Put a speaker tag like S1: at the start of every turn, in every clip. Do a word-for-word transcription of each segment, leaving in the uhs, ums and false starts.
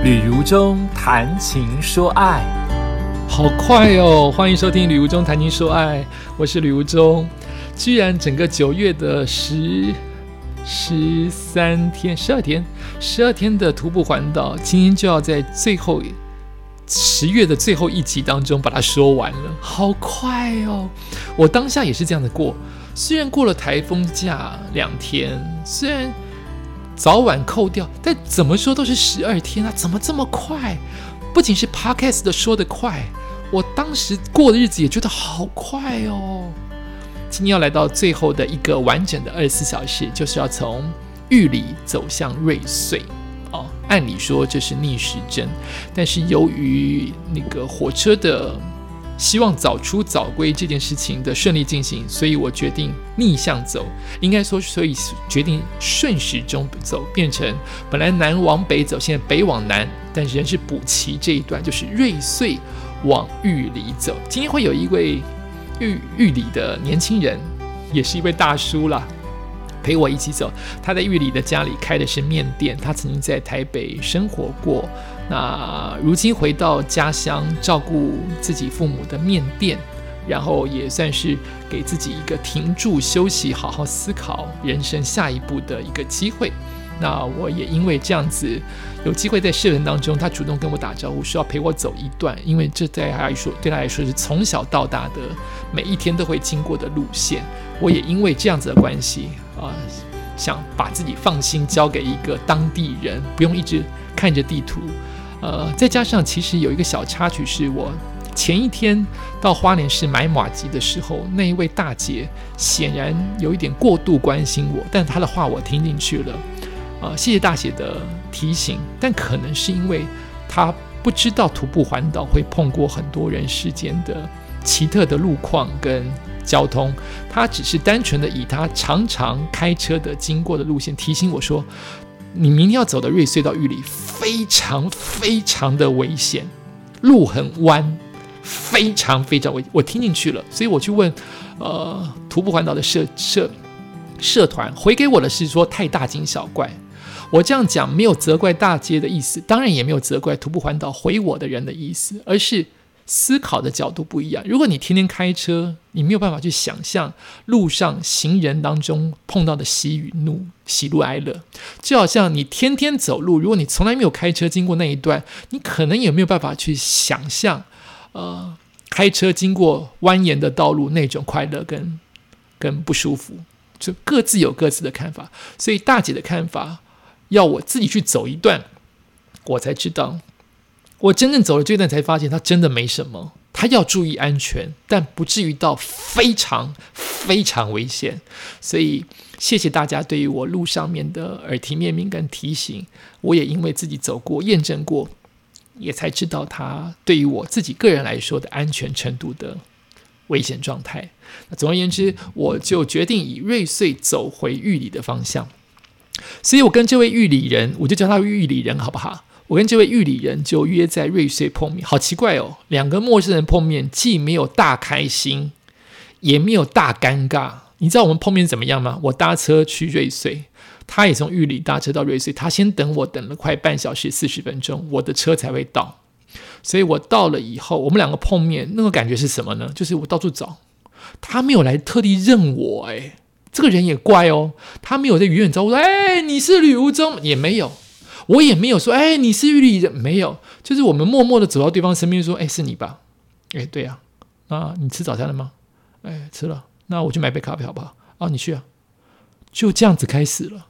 S1: 旅如中谈情说爱，
S2: 好快哦！欢迎收听旅如中谈情说爱，我是旅如中。居然整个九月的十十三天、十二天、十二天的徒步环岛，今天就要在最后十月的最后一集当中把它说完了，好快哦！我当下也是这样的过，虽然过了台风假两天，虽然早晚扣掉，但怎么说都是十二天啊，怎么这么快？不仅是 Podcast 的说得快，我当时过的日子也觉得好快哦。今天要来到最后的一个完整的二十四小时，就是要从玉里走向瑞穗。哦，按理说这是逆时针，但是由于那个火车的希望早出早归这件事情的顺利进行，所以我决定逆向走，应该说所以决定顺时钟走，变成本来南往北走，现在北往南，但是仍是补齐这一段，就是瑞穗往玉里走。今天会有一位 玉, 玉里的年轻人，也是一位大叔啦，陪我一起走。他在玉里的家里开的是面店，他曾经在台北生活过，那如今回到家乡照顾自己父母的面店，然后也算是给自己一个停住休息，好好思考人生下一步的一个机会。那我也因为这样子有机会在社人当中，他主动跟我打招呼说要陪我走一段，因为这对他来说对他来说是从小到大的每一天都会经过的路线。我也因为这样子的关系啊、呃，想把自己放心交给一个当地人，不用一直看着地图。呃，再加上其实有一个小插曲，是我前一天到花莲市买麻糬的时候，那一位大姐显然有一点过度关心我，但她的话我听进去了。呃，谢谢大姐的提醒，但可能是因为她不知道徒步环岛会碰过很多人世间的奇特的路况跟交通，她只是单纯的以她常常开车的经过的路线提醒我说，你明天要走的瑞穗到玉里非常非常的危险，路很弯，非常非常危险。我听进去了，所以我去问呃徒步环岛的社社社团，回给我的是说太大惊小怪。我这样讲没有责怪大街的意思，当然也没有责怪徒步环岛回我的人的意思，而是思考的角度不一样。如果你天天开车，你没有办法去想象路上行人当中碰到的喜与怒、喜怒哀乐，就好像你天天走路，如果你从来没有开车经过那一段，你可能也没有办法去想象呃，开车经过蜿蜒的道路那种快乐跟跟不舒服，就各自有各自的看法。所以大姐的看法要我自己去走一段，我才知道，我真正走了这段才发现它真的没什么，它要注意安全，但不至于到非常非常危险。所以谢谢大家对于我路上面的耳提面命跟提醒，我也因为自己走过验证过，也才知道它对于我自己个人来说的安全程度的危险状态。那总而言之，我就决定以瑞穗走回玉里的方向。所以我跟这位玉里人，我就叫他玉里人好不好？我跟这位玉里人就约在瑞穗碰面。好奇怪哦，两个陌生人碰面，既没有大开心，也没有大尴尬。你知道我们碰面怎么样吗？我搭车去瑞穗，他也从玉里搭车到瑞穗，他先等我等了快半小时四十分钟，我的车才会到。所以我到了以后，我们两个碰面，那个感觉是什么呢？就是我到处找，他没有来特地认我，哎，这个人也怪哦，他没有在远远招呼说，哎，你是旅如中，也没有，我也没有说，哎，你是玉里人，没有，就是我们默默的走到对方身边说，哎，是你吧？哎，对啊，那你吃早餐了吗？哎，吃了，那我去买杯咖啡好不好？啊，你去啊，就这样子开始了，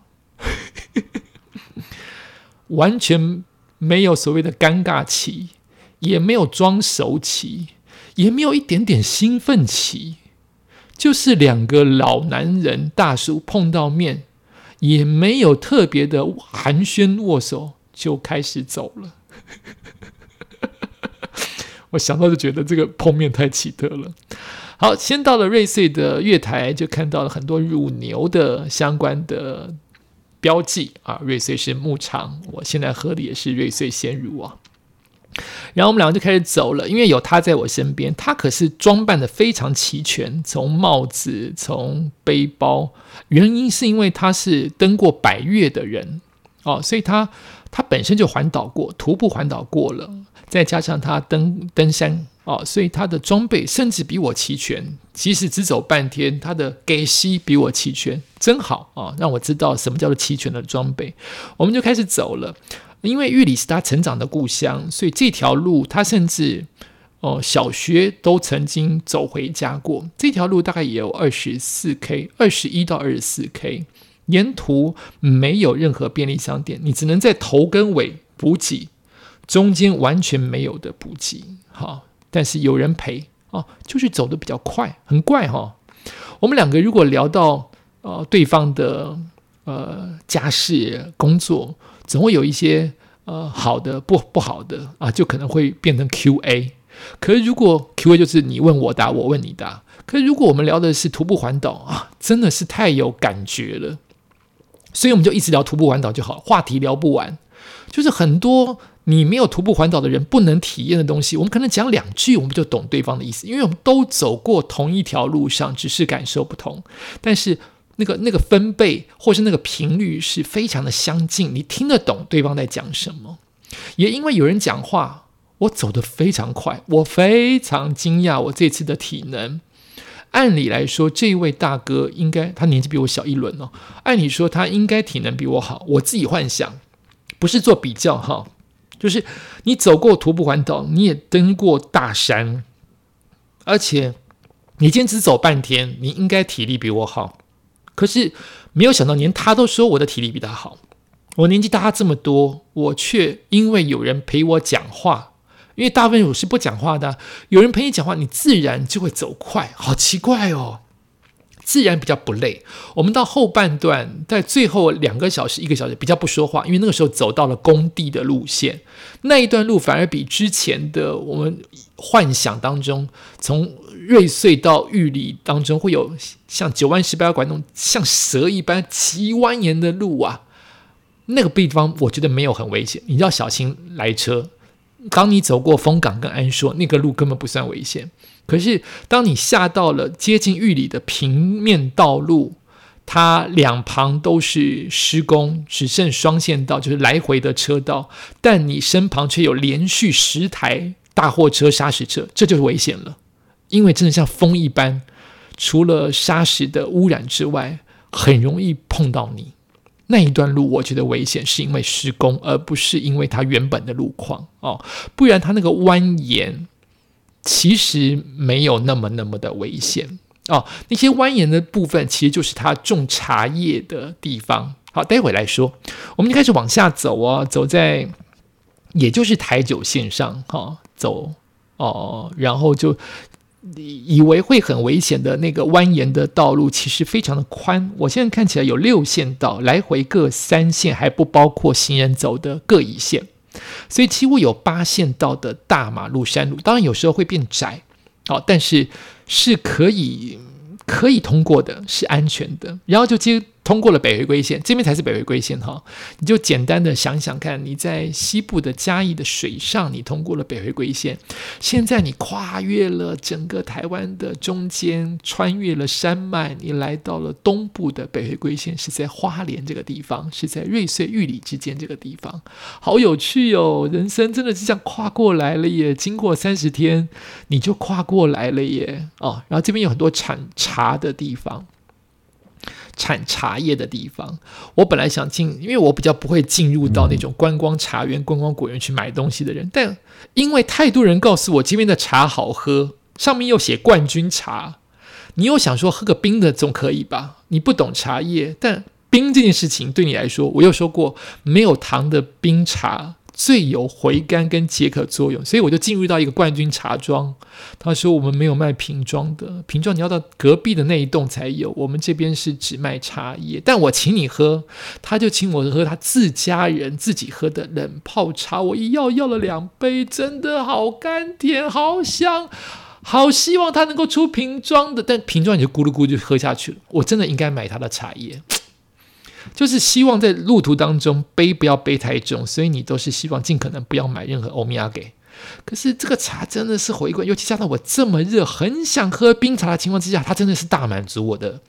S2: 完全没有所谓的尴尬期，也没有装熟期，也没有一点点兴奋期，就是两个老男人大叔碰到面，也没有特别的寒暄握手，就开始走了。我想到就觉得这个碰面太奇特了。好，先到了瑞穗的月台，就看到了很多乳牛的相关的标记啊。瑞穗是牧场，我现在喝的也是瑞穗鲜乳啊。然后我们两个就开始走了，因为有他在我身边，他可是装扮的非常齐全，从帽子，从背包，原因是因为他是登过百岳的人， 哦，所以他他本身就环岛过，徒步环岛过了，再加上他登登山哦，所以他的装备甚至比我齐全，即使只走半天，他的给息比我齐全，真好啊、哦！让我知道什么叫做齐全的装备。我们就开始走了，因为玉里是他成长的故乡，所以这条路他甚至哦小学都曾经走回家过。这条路大概也有二十四 K， 二十一到二十四 K。沿途没有任何便利商店，你只能在头跟尾补给，中间完全没有的补给。好，但是有人陪哦，就是走得比较快，很怪哈、哦。我们两个如果聊到呃对方的呃家事工作，总会有一些呃好的不不好的啊，就可能会变成 Q A。可是如果 Q A 就是你问我答，我问你答。可是如果我们聊的是徒步环岛啊，真的是太有感觉了。所以我们就一直聊徒步环岛就好，话题聊不完。就是很多你没有徒步环岛的人不能体验的东西，我们可能讲两句我们就懂对方的意思，因为我们都走过同一条路上，只是感受不同。但是那个那个分贝或是那个频率是非常的相近，你听得懂对方在讲什么。也因为有人讲话，我走得非常快，我非常惊讶我这次的体能。按理来说，这位大哥应该他年纪比我小一轮哦。按理说他应该体能比我好，我自己幻想，不是做比较哈，就是你走过徒步环岛，你也登过大山，而且你今天只走半天，你应该体力比我好。可是没有想到，连他都说我的体力比他好。我年纪大他这么多，我却因为有人陪我讲话。因为大部分我是不讲话的、啊，有人陪你讲话，你自然就会走快，好奇怪哦，自然比较不累。我们到后半段，在最后两个小时、一个小时比较不说话，因为那个时候走到了工地的路线，那一段路反而比之前的我们幻想当中，从瑞穗到玉里当中会有像九弯十八拐那种像蛇一般极蜿蜒的路啊，那个地方我觉得没有很危险，你要小心来车。当你走过丰港跟安硕，那个路根本不算危险。可是当你下到了接近玉里的平面道路，它两旁都是施工，只剩双线道，就是来回的车道，但你身旁却有连续十台大货车、砂石车，这就是危险了。因为真的像风一般，除了砂石的污染之外，很容易碰到你。那一段路我觉得危险是因为施工，而不是因为它原本的路况、哦、不然它那个蜿蜒其实没有那么那么的危险、哦、那些蜿蜒的部分其实就是它种茶叶的地方。好，待会来说。我们就开始往下走哦，走在也就是台九线上、哦、走、哦、然后就以为会很危险的那个蜿蜒的道路其实非常的宽，我现在看起来有六线道，来回各三线，还不包括行人走的各一线，所以几乎有八线道的大马路山路，当然有时候会变窄、哦、但是是可以可以通过的，是安全的。然后就接通过了北回归线，这边才是北回归线哈。你就简单的想想看，你在西部的嘉义的水上，你通过了北回归线，现在你跨越了整个台湾的中间，穿越了山脉，你来到了东部的北回归线，是在花莲这个地方，是在瑞穗玉里之间这个地方，好有趣哦！人生真的是这样跨过来了耶，经过三十天，你就跨过来了耶哦。然后这边有很多产茶的地方。产茶叶的地方，我本来想进，因为我比较不会进入到那种观光茶园、观光果园去买东西的人，但因为太多人告诉我这边的茶好喝，上面又写冠军茶，你又想说喝个冰的总可以吧？你不懂茶叶，但冰这件事情对你来说，我又说过，没有糖的冰茶最有回甘跟解渴作用，所以我就进入到一个冠军茶庄。他说我们没有卖瓶装的，瓶装你要到隔壁的那一栋才有，我们这边是只卖茶叶，但我请你喝。他就请我喝他自家人自己喝的冷泡茶，我一要要了两杯，真的好甘甜好香，好希望他能够出瓶装的，但瓶装你就咕噜咕噜就喝下去了。我真的应该买他的茶叶，就是希望在路途当中背不要背太重，所以你都是希望尽可能不要买任何欧米亚给。可是这个茶真的是回归，尤其加上我这么热很想喝冰茶的情况之下，它真的是大满足我的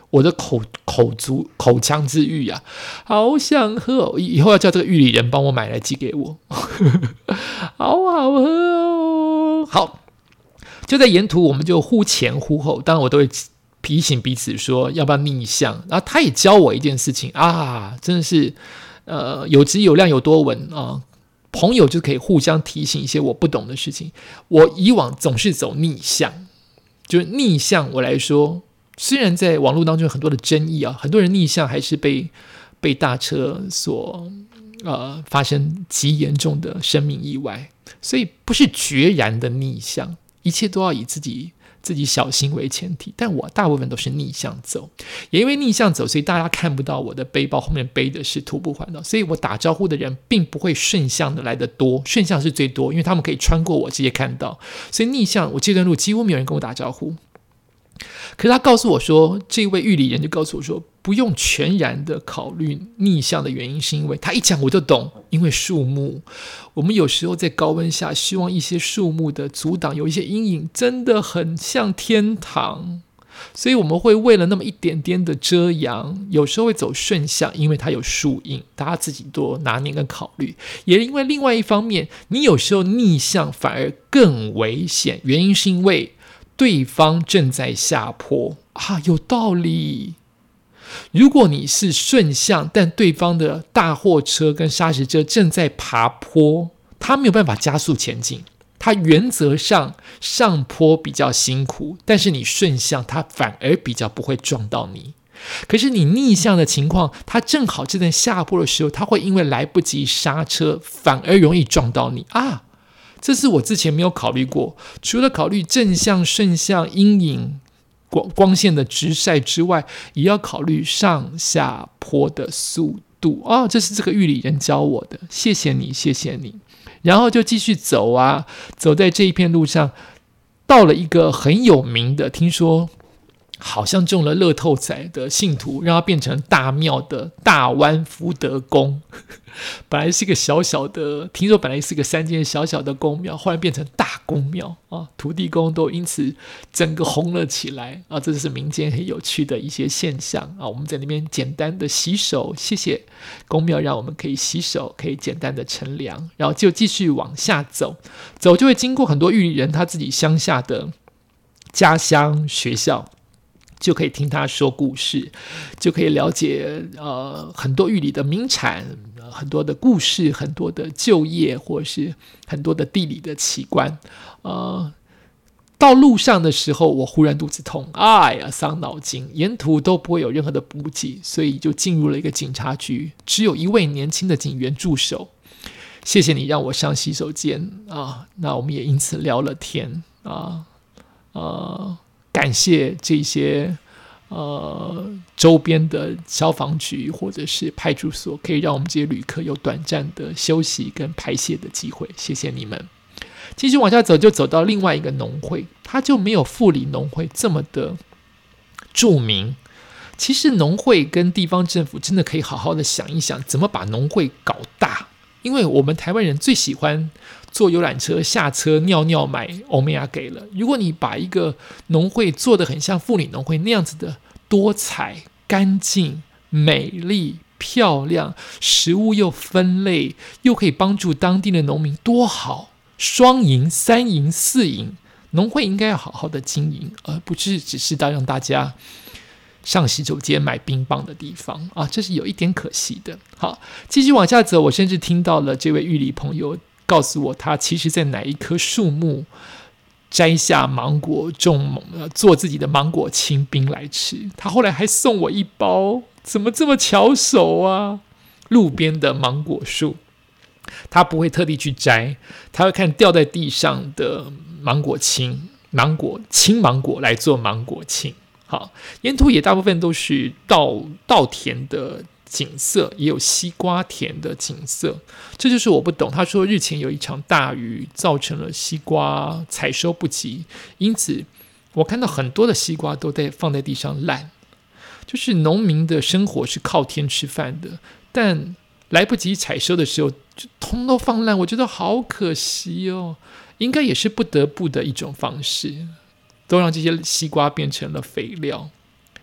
S2: 我的口口足口腔之欲啊，好想喝哦！以后要叫这个玉里人帮我买来寄给我，好好喝哦。好，就在沿途我们就忽前忽后，当然我都会提醒彼此说要不要逆向。然后他也教我一件事情啊，真的是呃有质有量有多稳啊。朋友就可以互相提醒一些我不懂的事情。我以往总是走逆向，就是逆向我来说，虽然在网络当中有很多的争议啊，很多人逆向还是被被大车所呃发生极严重的生命意外，所以不是决然的逆向，一切都要以自己自己小心为前提，但我大部分都是逆向走，也因为逆向走，所以大家看不到我的背包后面背的是徒步环岛，所以我打招呼的人并不会顺向的来得多，顺向是最多，因为他们可以穿过我直接看到，所以逆向我这段路几乎没有人跟我打招呼。可是他告诉我说，这位玉里人就告诉我说，不用全然的考虑逆向的原因，是因为他一讲我就懂，因为树木，我们有时候在高温下希望一些树木的阻挡有一些阴影，真的很像天堂，所以我们会为了那么一点点的遮阳，有时候会走顺向，因为它有树荫，大家自己多拿捏跟考虑。也因为另外一方面，你有时候逆向反而更危险，原因是因为对方正在下坡啊，有道理。如果你是顺向，但对方的大货车跟砂石车正在爬坡，他没有办法加速前进，他原则上上坡比较辛苦，但是你顺向，他反而比较不会撞到你。可是你逆向的情况，他正好正在下坡的时候，他会因为来不及刹车，反而容易撞到你啊！这是我之前没有考虑过，除了考虑正向、顺向、阴影、光光线的直晒之外，也要考虑上下坡的速度哦。这是这个玉里人教我的，谢谢你，谢谢你。然后就继续走啊，走在这一片路上，到了一个很有名的，听说好像中了乐透彩的信徒，让它变成大庙的大湾福德宫。本来是一个小小的，听说本来是个三间小小的宫庙，后来变成大宫庙啊，土地公都因此整个红了起来啊，这就是民间很有趣的一些现象啊。我们在那边简单的洗手，谢谢宫庙让我们可以洗手，可以简单的乘凉，然后就继续往下走，走就会经过很多玉里人他自己乡下的家乡学校。就可以听他说故事，就可以了解呃很多玉里的名产，很多的故事，很多的就业，或是很多的地理的奇观。呃，到路上的时候，我忽然肚子痛，哎呀，伤脑筋，沿途都不会有任何的补给，所以就进入了一个警察局，只有一位年轻的警员驻守。谢谢你让我上洗手间啊，那我们也因此聊了天啊，呃。感谢这些呃周边的消防局或者是派出所，可以让我们这些旅客有短暂的休息跟排泄的机会，谢谢你们。继续往下走，就走到另外一个农会，它就没有富里农会这么的著名。其实农会跟地方政府真的可以好好的想一想，怎么把农会搞大。因为我们台湾人最喜欢坐游览车下车尿尿买欧米亚给了，如果你把一个农会做得很像妇女农会那样子的多彩、干净、美丽、漂亮，食物又分类，又可以帮助当地的农民，多好！双赢、三赢、四赢，农会应该要好好的经营，而不是只是到让大家上洗手间买冰棒的地方啊，这是有一点可惜的。好，继续往下走，我甚至听到了这位玉里朋友告诉我，他其实在哪一棵树木摘下芒果种、呃、做自己的芒果清冰来吃。他后来还送我一包，怎么这么巧手啊？路边的芒果树，他不会特地去摘，他会看掉在地上的芒果青、芒果青芒果来做芒果青。好，沿途也大部分都是稻稻田的景色，也有西瓜田的景色，这就是我不懂。他说日前有一场大雨，造成了西瓜采收不及，因此我看到很多的西瓜都在放在地上烂。就是农民的生活是靠天吃饭的，但来不及采收的时候，就通都放烂，我觉得好可惜哦。应该也是不得不的一种方式。都让这些西瓜变成了肥料。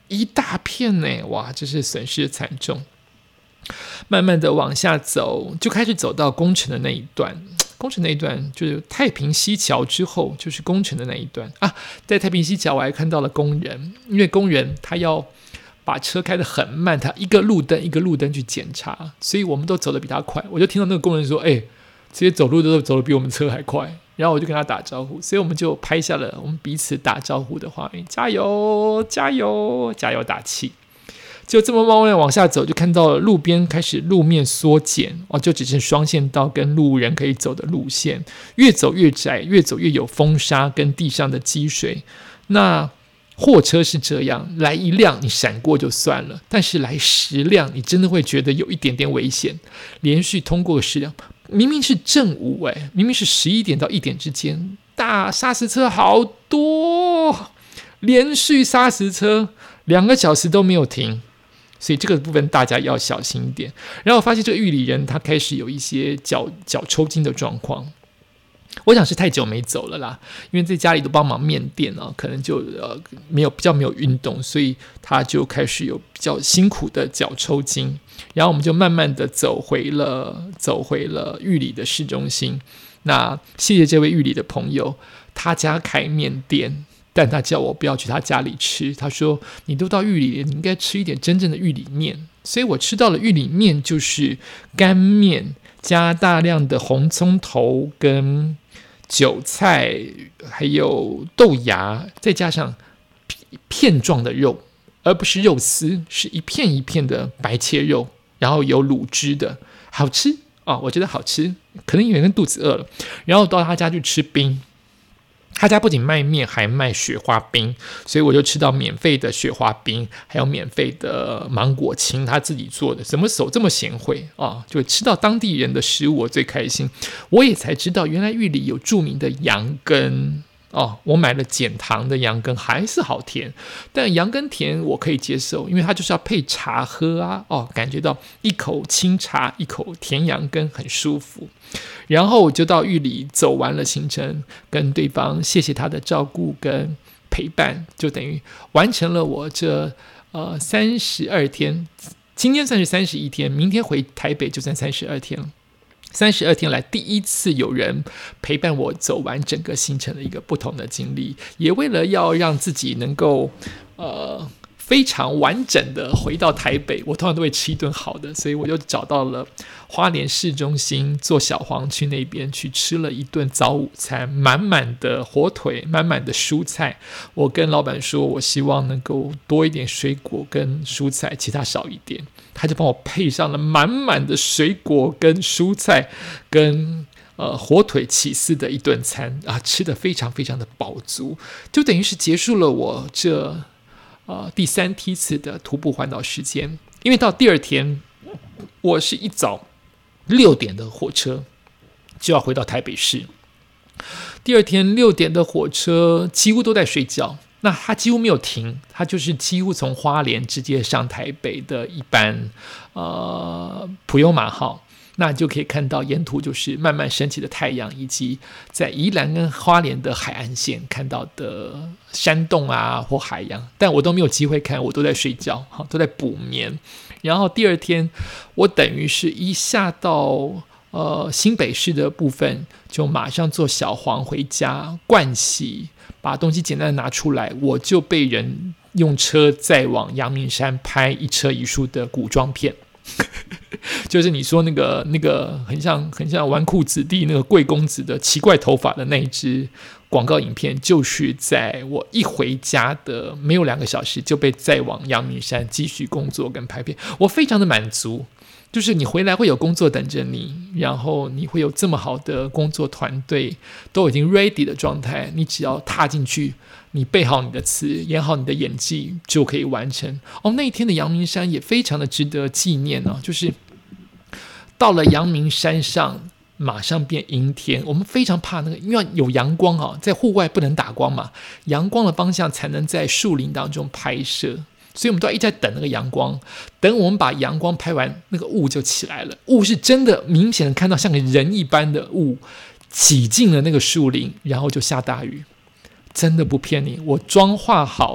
S2: 一大片呢，哇，这是损失惨重。慢慢的往下走，就开始走到工程的那一段。工程那一段就是太平溪桥之后，就是工程的那一段啊。在太平溪桥，我还看到了工人，因为工人他要把车开得很慢，他一个路灯一个路灯去检查，所以我们都走得比他快。我就听到那个工人说：“哎、欸，这些走路都走得比我们车还快。”然后我就跟他打招呼，所以我们就拍下了我们彼此打招呼的画面，加油，加油，加油打气。就这么慢慢往下走，就看到了路边开始路面缩减，哦，就只剩双线道跟路人可以走的路线，越走越窄，越走越有风沙跟地上的积水。那货车是这样，来一辆你闪过就算了，但是来十辆，你真的会觉得有一点点危险。连续通过十辆，明明是正午，哎，明明是十一点到一点之间，大砂石车好多，连续砂石车两个小时都没有停。所以这个部分大家要小心一点。然后我发现这个玉里人他开始有一些脚脚抽筋的状况，我想是太久没走了啦，因为在家里都帮忙面店啊，可能就呃没有比较没有运动，所以他就开始有比较辛苦的脚抽筋。然后我们就慢慢的走回了走回了玉里的市中心。那谢谢这位玉里的朋友，他家开面店。但他叫我不要去他家里吃，他说你都到玉里了，你应该吃一点真正的玉里面。所以我吃到了玉里面，就是干面加大量的红葱头跟韭菜，还有豆芽，再加上片状的肉，而不是肉丝，是一片一片的白切肉，然后有卤汁的，好吃哦，我觉得好吃，可能因为跟肚子饿了。然后到他家去吃冰。他家不仅卖面，还卖雪花冰，所以我就吃到免费的雪花冰，还有免费的芒果青，他自己做的，怎么手这么贤惠啊？就吃到当地人的食物，我最开心。我也才知道，原来玉里有著名的羊羹哦。我买了减糖的羊羹，还是好甜，但羊羹甜我可以接受，因为它就是要配茶喝啊。哦，感觉到一口清茶，一口甜羊羹，很舒服。然后我就到玉里走完了行程，跟对方谢谢他的照顾跟陪伴，就等于完成了我这呃三十二天，今天算是三十一天，明天回台北就算三十二天了。三十二天来第一次有人陪伴我走完整个行程的一个不同的经历，也为了要让自己能够呃。非常完整的回到台北，我通常都会吃一顿好的，所以我就找到了花莲市中心，坐小黄去那边去吃了一顿早午餐，满满的火腿，满满的蔬菜。我跟老板说，我希望能够多一点水果跟蔬菜，其他少一点。他就帮我配上了满满的水果跟蔬菜跟呃火腿起司的一顿餐啊，吃得非常非常的饱足，就等于是结束了我这。呃，第三梯次的徒步环岛时间，因为到第二天，我是一早六点的火车就要回到台北市。第二天六点的火车几乎都在睡觉，那它几乎没有停，它就是几乎从花莲直接上台北的一班呃普悠玛号。那就可以看到沿途就是慢慢升起的太阳，以及在宜兰跟花莲的海岸线看到的山洞啊或海洋，但我都没有机会看，我都在睡觉，都在补眠。然后第二天我等于是一下到呃新北市的部分，就马上坐小黄回家盥洗，把东西简单的拿出来，我就被人用车载往阳明山拍一车一束的古装片。就是你说那个那个很像很像纨绔子弟那个贵公子的奇怪头发的那一支广告影片，就是在我一回家的没有两个小时就被载往阳明山继续工作跟拍片，我非常的满足。就是你回来会有工作等着你，然后你会有这么好的工作团队都已经 ready 的状态，你只要踏进去，你背好你的词，演好你的演技就可以完成。哦，那一天的阳明山也非常的值得纪念啊，就是到了阳明山上马上变阴天，我们非常怕那个，因为有阳光啊，在户外不能打光嘛，阳光的方向才能在树林当中拍摄，所以我们都要一直在等那个阳光，等我们把阳光拍完，那个雾就起来了，雾是真的明显的看到像个人一般的雾挤进了那个树林，然后就下大雨，真的不骗你，我妆化好了，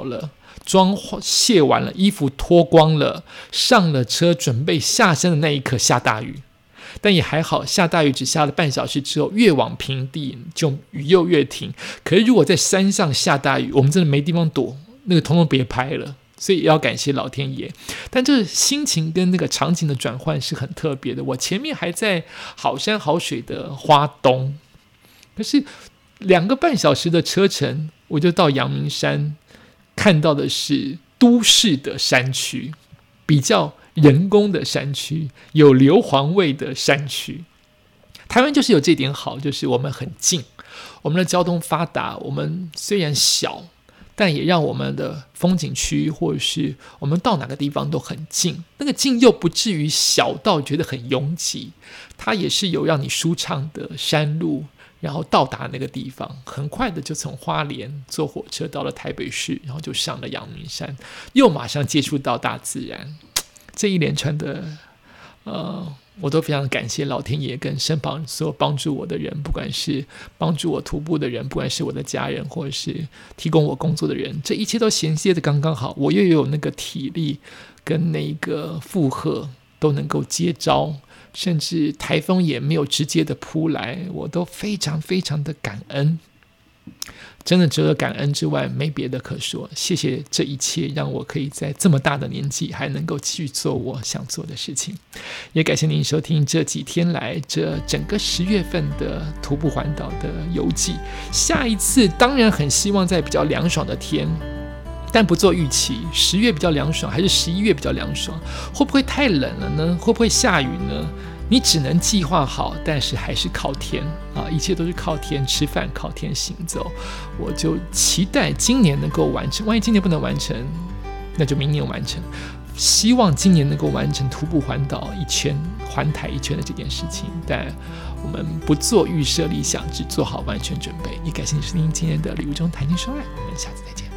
S2: 妆卸完了，衣服脱光了，上了车准备下山的那一刻下大雨，但也还好，下大雨只下了半小时之后，越往平地就雨又越停。可是如果在山上下大雨，我们真的没地方躲，那个通通别拍了。所以也要感谢老天爷，但这心情跟那个场景的转换是很特别的。我前面还在好山好水的花东，可是两个半小时的车程，我就到阳明山，看到的是都市的山区，比较人工的山区，有硫磺味的山区。台湾就是有这点好，就是我们很近，我们的交通发达，我们虽然小，但也让我们的风景区或者是我们到哪个地方都很近，那个近又不至于小到觉得很拥挤，它也是有让你舒畅的山路，然后到达那个地方，很快的就从花莲坐火车到了台北市，然后就上了阳明山，又马上接触到大自然。这一连串的呃我都非常感谢老天爷跟身旁所有帮助我的人，不管是帮助我徒步的人，不管是我的家人，或者是提供我工作的人，这一切都衔接的刚刚好，我又有那个体力跟那个负荷都能够接招，甚至台风也没有直接的扑来，我都非常非常的感恩。真的除了感恩之外没别的可说，谢谢这一切让我可以在这么大的年纪还能够继续做我想做的事情，也感谢您收听这几天来这整个十月份的徒步环岛的游记。下一次当然很希望在比较凉爽的天，但不做预期，十月比较凉爽还是十一月比较凉爽，会不会太冷了呢？会不会下雨呢？你只能计划好，但是还是靠天啊！一切都是靠天吃饭，靠天行走。我就期待今年能够完成，万一今年不能完成，那就明年完成。希望今年能够完成徒步环岛一圈、环台一圈的这件事情，但我们不做预设立想，只做好完全准备。也感谢你收听今天的礼物中谈情说爱，我们下次再见。